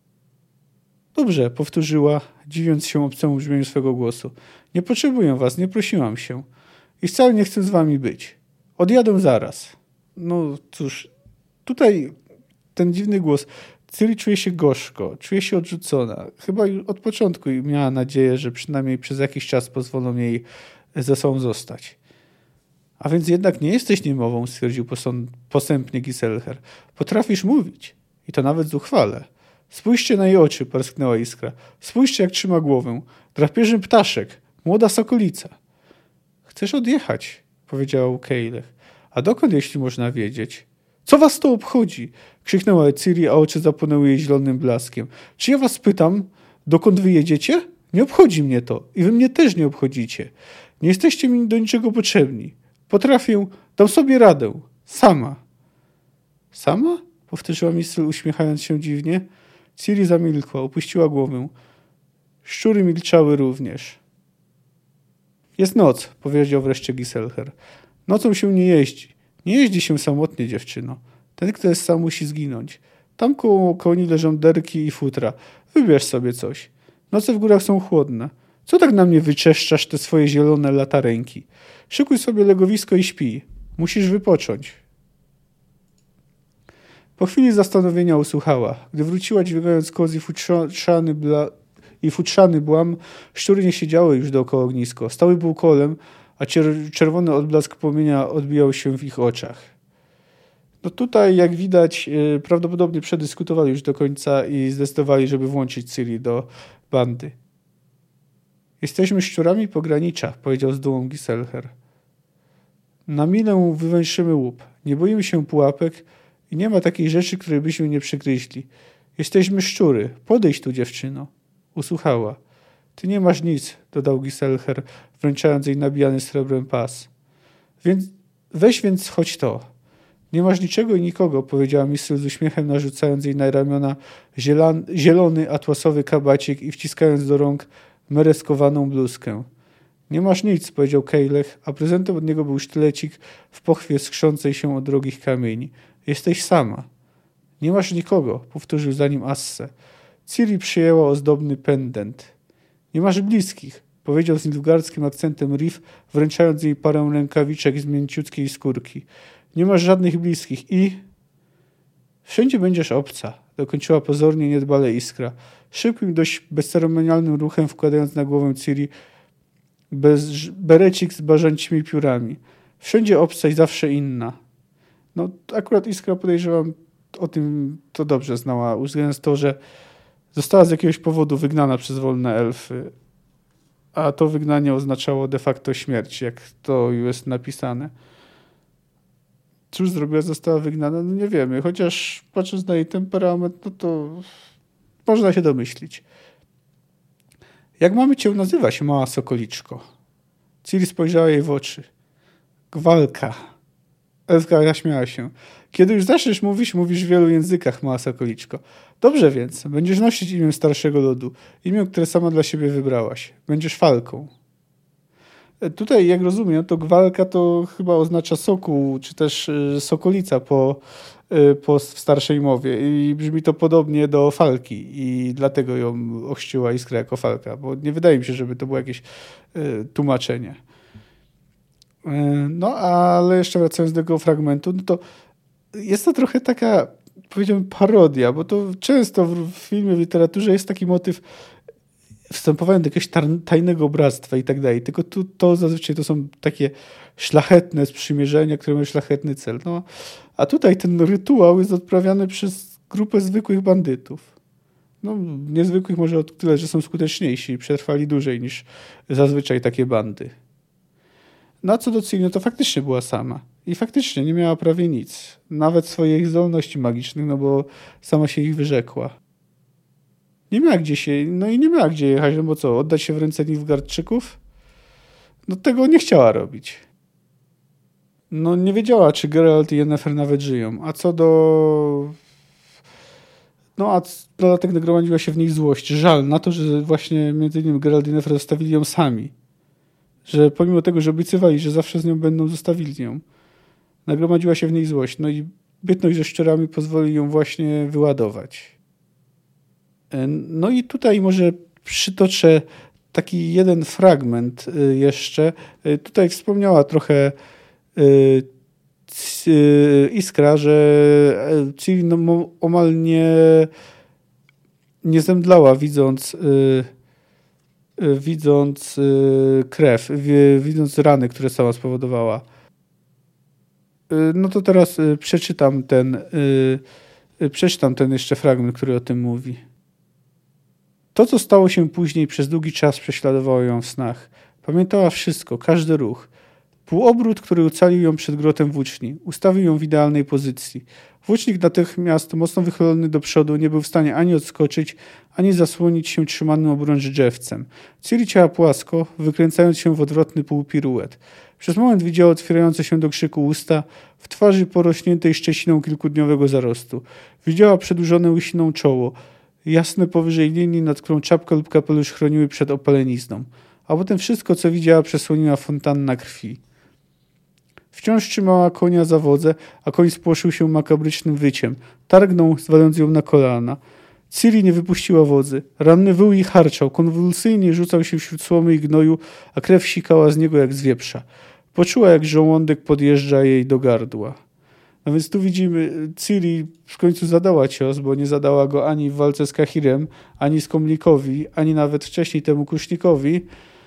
Dobrze, powtórzyła, dziwiąc się obcemu brzmieniu swego głosu. Nie potrzebuję was, nie prosiłam się. I wcale nie chcę z wami być. Odjadę zaraz. No cóż, tutaj ten dziwny głos. Ciri czuje się gorzko, czuje się odrzucona. Chyba już od początku miała nadzieję, że przynajmniej przez jakiś czas pozwolą jej ze sobą zostać. A więc jednak nie jesteś niemową, stwierdził posępnie Giselher. Potrafisz mówić. I to nawet zuchwale. Spójrzcie na jej oczy, parsknęła Iskra. Spójrzcie, jak trzyma głowę. Drapieżny ptaszek. Młoda sokolica. Chcesz odjechać, powiedział Keilech. A dokąd, jeśli można wiedzieć? Co was to obchodzi? Krzyknęła Ciri, a oczy zapłonęły jej zielonym blaskiem. Czy ja was pytam, dokąd wy jedziecie? Nie obchodzi mnie to. I wy mnie też nie obchodzicie. Nie jesteście mi do niczego potrzebni. Potrafię, dam sobie radę. Sama. Sama? Powtórzyła Missel, uśmiechając się dziwnie. Ciri zamilkła, opuściła głowę. Szczury milczały również. Jest noc, powiedział wreszcie Giselher. Nocą się nie jeździ. Nie jeździ się samotnie, dziewczyno. Ten, kto jest sam, musi zginąć. Tam koło koni leżą derki i futra. Wybierz sobie coś. Noce w górach są chłodne. Co tak na mnie wyczeszczasz te swoje zielone latarenki? Szykuj sobie legowisko i śpij. Musisz wypocząć. Po chwili zastanowienia usłuchała. Gdy wróciła, dźwigając koz i futrzany, bla... i futrzany błam, szczury nie siedziały już dookoła ognisko. Stały półkolem, a cier- czerwony odblask płomienia odbijał się w ich oczach. No tutaj, jak widać, yy, prawdopodobnie przedyskutowali już do końca i zdecydowali, żeby włączyć Ciri do bandy. Jesteśmy szczurami pogranicza, powiedział z dumą Giselher. Na minę wywęszymy łup. Nie boimy się pułapek i nie ma takiej rzeczy, której byśmy nie przygryźli. Jesteśmy szczury. Podejdź tu, dziewczyno. Usłuchała. Ty nie masz nic, dodał Giselher, wręczając jej nabijany srebrem pas. Więc weź więc choć to. Nie masz niczego i nikogo, powiedziała Missel z uśmiechem, narzucając jej na ramiona zielan, zielony atłasowy kabacik i wciskając do rąk mereskowaną bluzkę. Nie masz nic, powiedział Keilech, a prezentem od niego był sztylecik w pochwie skrzącej się od drogich kamieni. Jesteś sama. Nie masz nikogo, powtórzył za nim Asse. Ciri przyjęła ozdobny pendent. Nie masz bliskich, powiedział z nilfgaardzkim akcentem Riff, wręczając jej parę rękawiczek z mięciutkiej skórki. Nie masz żadnych bliskich i... Wszędzie będziesz obca, dokończyła pozornie niedbale Iskra. Szybkim, dość bezceremonialnym ruchem wkładając na głowę Ciri bez, berecik z bażancimi piórami. Wszędzie obca i zawsze inna. No akurat Iskra, podejrzewam, o tym to dobrze znała, uwzględniając to, że została z jakiegoś powodu wygnana przez wolne elfy, a to wygnanie oznaczało de facto śmierć, jak to jest napisane. Cóż zrobiła, została wygnana? No nie wiemy, chociaż patrząc na jej temperament, no to można się domyślić. Jak mamy cię nazywać, mała sokoliczko? Ciri spojrzała jej w oczy. Gwalka. Elfka zaśmiała się. Kiedy już zaczniesz mówić, mówisz w wielu językach, mała sokoliczko. Dobrze więc, będziesz nosić imię starszego ludu. Imię, które sama dla siebie wybrałaś. Będziesz falką. Tutaj, jak rozumiem, to gwalka to chyba oznacza sokół, czy też sokolica po po w starszej mowie i brzmi to podobnie do Falki i dlatego ją ochrzciła Iskra jako Falka, bo nie wydaje mi się, żeby to było jakieś tłumaczenie. No, ale jeszcze wracając do tego fragmentu, no to jest to trochę taka, powiedziałbym, parodia, bo to często w filmie, w literaturze jest taki motyw wstępowania do jakiegoś tajnego bractwa i tak dalej. Tylko tu, to zazwyczaj to są takie szlachetne sprzymierzenia, które mają szlachetny cel. No, a tutaj ten rytuał jest odprawiany przez grupę zwykłych bandytów. No, niezwykłych może o tyle, że są skuteczniejsi i przetrwali dłużej niż zazwyczaj takie bandy. No a co do Ciri, no to faktycznie była sama. I faktycznie nie miała prawie nic. Nawet swoich zdolności magicznych, no bo sama się ich wyrzekła. Nie miała gdzie się, no i nie miała gdzie jechać, no bo co, oddać się w ręce Nilfgaardczyków? No tego nie chciała robić. No nie wiedziała, czy Geralt i Yennefer nawet żyją. A co do... No a dlatego nagromadziła się w niej złość, żal na to, że właśnie między innymi Geralt i Yennefer zostawili ją sami. Że pomimo tego, że obiecywali, że zawsze z nią będą, zostawili ją. Nagromadziła się w niej złość. No i bytność ze szczurami pozwoli ją właśnie wyładować. No i tutaj może przytoczę taki jeden fragment jeszcze. Tutaj wspomniała trochę Iskra, że Ciri no omal nie, nie zemdlała widząc widząc krew, widząc rany, które sama spowodowała. No to teraz przeczytam ten przeczytam ten jeszcze fragment, który o tym mówi. To, co stało się później, przez długi czas prześladowało ją w snach. Pamiętała wszystko, każdy ruch. Półobrót, który ocalił ją przed grotem włóczni. Ustawił ją w idealnej pozycji. Włócznik natychmiast, mocno wychylony do przodu, nie był w stanie ani odskoczyć, ani zasłonić się trzymanym obrącz drzewcem. Ciri ciała płasko, wykręcając się w odwrotny półpiruet. Przez moment widziała otwierające się do krzyku usta, w twarzy porośniętej szczeciną kilkudniowego zarostu. Widziała przedłużone łysiną czoło, jasne powyżej linii, nad którą czapka lub kapelusz chroniły przed opalenizną. A potem wszystko, co widziała, przesłoniła fontanna krwi. Wciąż trzymała konia za wodze, a koń spłoszył się makabrycznym wyciem. Targnął, zwalając ją na kolana. Ciri nie wypuściła wodzy. Ranny wył i harczał, konwulsyjnie rzucał się wśród słomy i gnoju, a krew sikała z niego jak z wieprza. Poczuła, jak żołądek podjeżdża jej do gardła. No więc tu widzimy, Ciri w końcu zadała cios, bo nie zadała go ani w walce z Kahirem, ani z Komlikowi, ani nawet wcześniej temu Kusznikowi.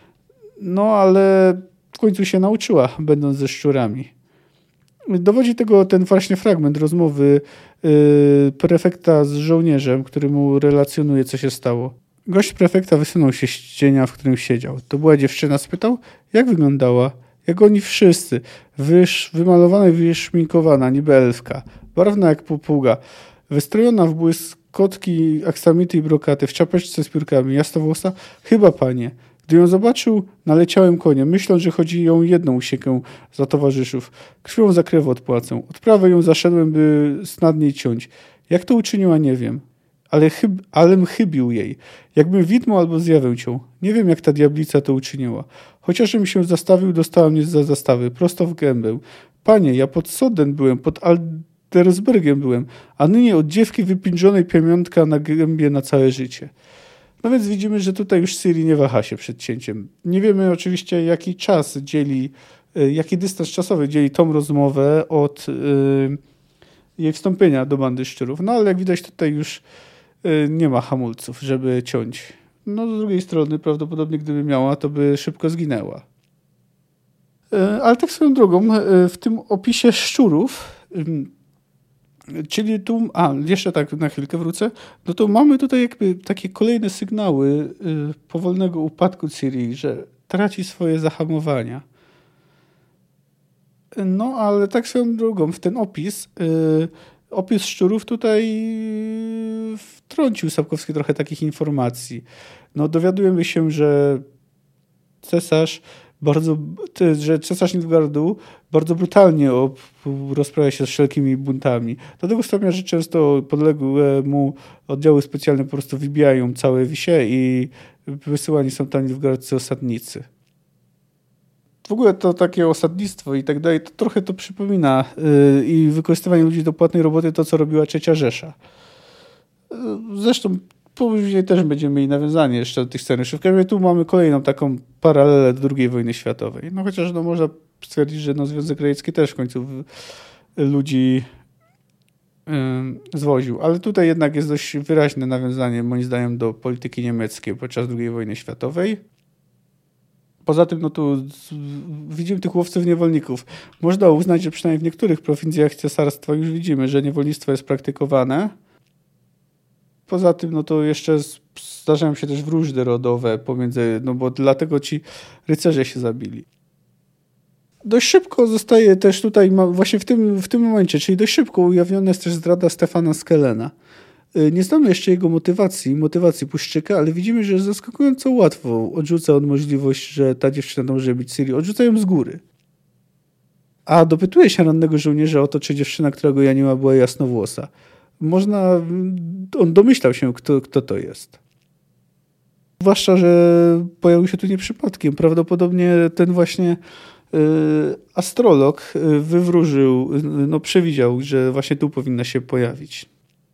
No ale w końcu się nauczyła, będąc ze szczurami. Dowodzi tego ten właśnie fragment rozmowy yy, prefekta z żołnierzem, który mu relacjonuje, co się stało. Gość prefekta wysunął się z cienia, w którym siedział. To była dziewczyna, spytał, jak wyglądała? Jak oni wszyscy. Wysz, wymalowana i wyszminkowana, niby elfka. Barwna jak popuga. Wystrojona w błyskotki, aksamity i brokaty, w czapeczce z piórkami, jasnowłosa. Chyba panie. Gdy ją zobaczył, naleciałem koniem, myśląc, że chodzi ją jedną usiekę za towarzyszów. Krwią za krew odpłacę. Odprawę ją zaszedłem, by snadniej ciąć. Jak to uczyniła, nie wiem. Ale chyb, alem chybił jej. Jakbym widmo albo zjawę cię. Nie wiem, jak ta diablica to uczyniła. Chociażbym się zastawił, dostała mnie za zastawy, prosto w gębę. Panie, ja pod Soden byłem, pod Aldersbergiem byłem, a nynie od dziewki wypindrzonej piamiątka na gębie na całe życie. No więc widzimy, że tutaj już Ciri nie waha się przed cięciem. Nie wiemy oczywiście, jaki czas dzieli, jaki dystans czasowy dzieli tą rozmowę od yy, jej wstąpienia do bandy szczurów. No ale jak widać, tutaj już yy, nie ma hamulców, żeby ciąć. No z drugiej strony prawdopodobnie gdyby miała, to by szybko zginęła. Yy, ale tak swoją drogą, yy, w tym opisie szczurów, yy, czyli tu, a jeszcze tak na chwilkę wrócę, no to mamy tutaj jakby takie kolejne sygnały y, powolnego upadku Ciri, że traci swoje zahamowania. No ale tak swoją drogą, w ten opis, y, opis szczurów tutaj wtrącił Sapkowski trochę takich informacji. No dowiadujemy się, że cesarz bardzo, że cesarz Nilfgaardu bardzo brutalnie rozprawia się z wszelkimi buntami. Do tego stopnia, że często podległe mu oddziały specjalne po prostu wybijają całe wisie i wysyłani są tam nilfgaardzcy osadnicy. w ogóle to takie osadnictwo i tak dalej, to trochę to przypomina yy, i wykorzystywanie ludzi do płatnej roboty to, co robiła Trzecia Rzesza. Yy, zresztą później też będziemy mieli nawiązanie jeszcze do tych scenariuszy. W każdym razie tu mamy kolejną taką paralelę do drugiej wojny światowej. No chociaż no, można stwierdzić, że no, Związek Radziecki też w końcu w, ludzi yy, zwoził. Ale tutaj jednak jest dość wyraźne nawiązanie, moim zdaniem, do polityki niemieckiej podczas drugiej wojny światowej. Poza tym, no tu widzimy tych łowców niewolników. Można uznać, że przynajmniej w niektórych prowincjach cesarstwa już widzimy, że niewolnictwo jest praktykowane. Poza tym, no to jeszcze zdarzają się też wróżby rodowe pomiędzy, no bo dlatego ci rycerze się zabili. Dość szybko zostaje też tutaj, właśnie w tym, w tym momencie, czyli dość szybko ujawniona jest też zdrada Stefana Skelena. Nie znamy jeszcze jego motywacji, motywacji Puszczyka, ale widzimy, że zaskakująco łatwo odrzuca on możliwość, że ta dziewczyna może być Ciri. Odrzuca ją z góry. A dopytuje się rannego żołnierza o to, czy dziewczyna, która go janiła, była jasnowłosa. Można, on domyślał się, kto, kto to jest. Zwłaszcza, że pojawił się tu nie przypadkiem. Prawdopodobnie ten właśnie y, astrolog wywróżył, no przewidział, że właśnie tu powinna się pojawić.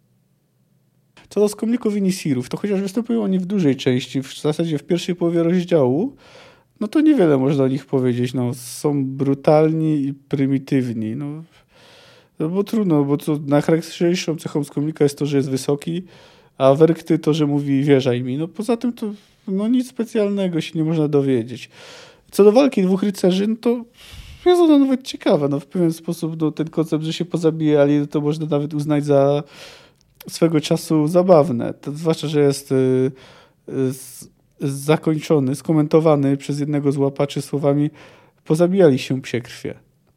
Co do skomników i nisirów, to chociaż występują oni w dużej części, w zasadzie w pierwszej połowie rozdziału, no to niewiele można o nich powiedzieć. No, są brutalni i prymitywni. No, no bo trudno, bo co najcharakterystyczniejszą cechą skomnika jest to, że jest wysoki, a werkty to, że mówi wierzaj mi. No poza tym to no, nic specjalnego się nie można dowiedzieć. Co do walki dwóch rycerzy, no to jest ona nawet ciekawa. No, w pewien sposób no, ten koncept, że się pozabijali, to można nawet uznać za swego czasu zabawne. To zwłaszcza, że jest y, y, zakończony, skomentowany przez jednego z łapaczy słowami pozabijali się psie krwie.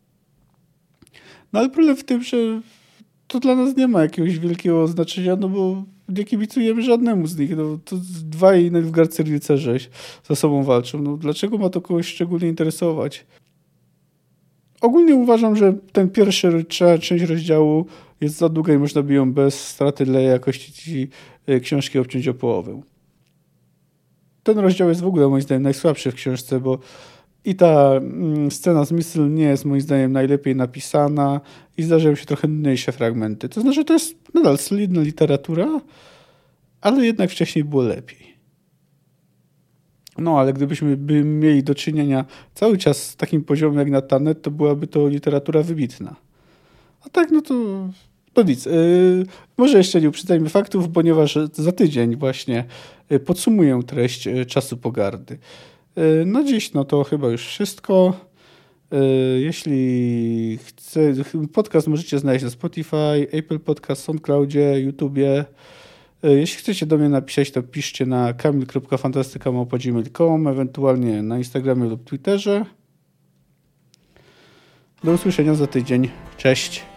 No ale problem w tym, że to dla nas nie ma jakiegoś wielkiego znaczenia, no bo nie kibicujemy żadnemu z nich. No, to dwaj nilfgaardzcy rycerze ze sobą walczą. No, dlaczego ma to kogoś szczególnie interesować? Ogólnie uważam, że ten pierwszy część rozdziału jest za długa i można by ją bez straty dla jakości książki obciąć o połowę. Ten rozdział jest w ogóle moim zdaniem najsłabszy w książce, bo i ta scena z Missel nie jest moim zdaniem najlepiej napisana i zdarzają się trochę nudniejsze fragmenty. To znaczy, to jest nadal solidna literatura, ale jednak wcześniej było lepiej. No, ale gdybyśmy by mieli do czynienia cały czas z takim poziomem jak na Tannet, to byłaby to literatura wybitna. A tak, no to, to nic. Yy, może jeszcze nie uprzedzajmy faktów, ponieważ za tydzień właśnie podsumuję treść Czasu Pogardy. Yy, no dziś, no to chyba już wszystko. Yy, jeśli chce, podcast możecie znaleźć na Spotify, Apple Podcast, SoundCloudzie, YouTubie. Jeśli chcecie do mnie napisać, to piszcie na kamil kropka fantastyka małpa gmail kropka com, ewentualnie na Instagramie lub Twitterze. Do usłyszenia za tydzień. Cześć!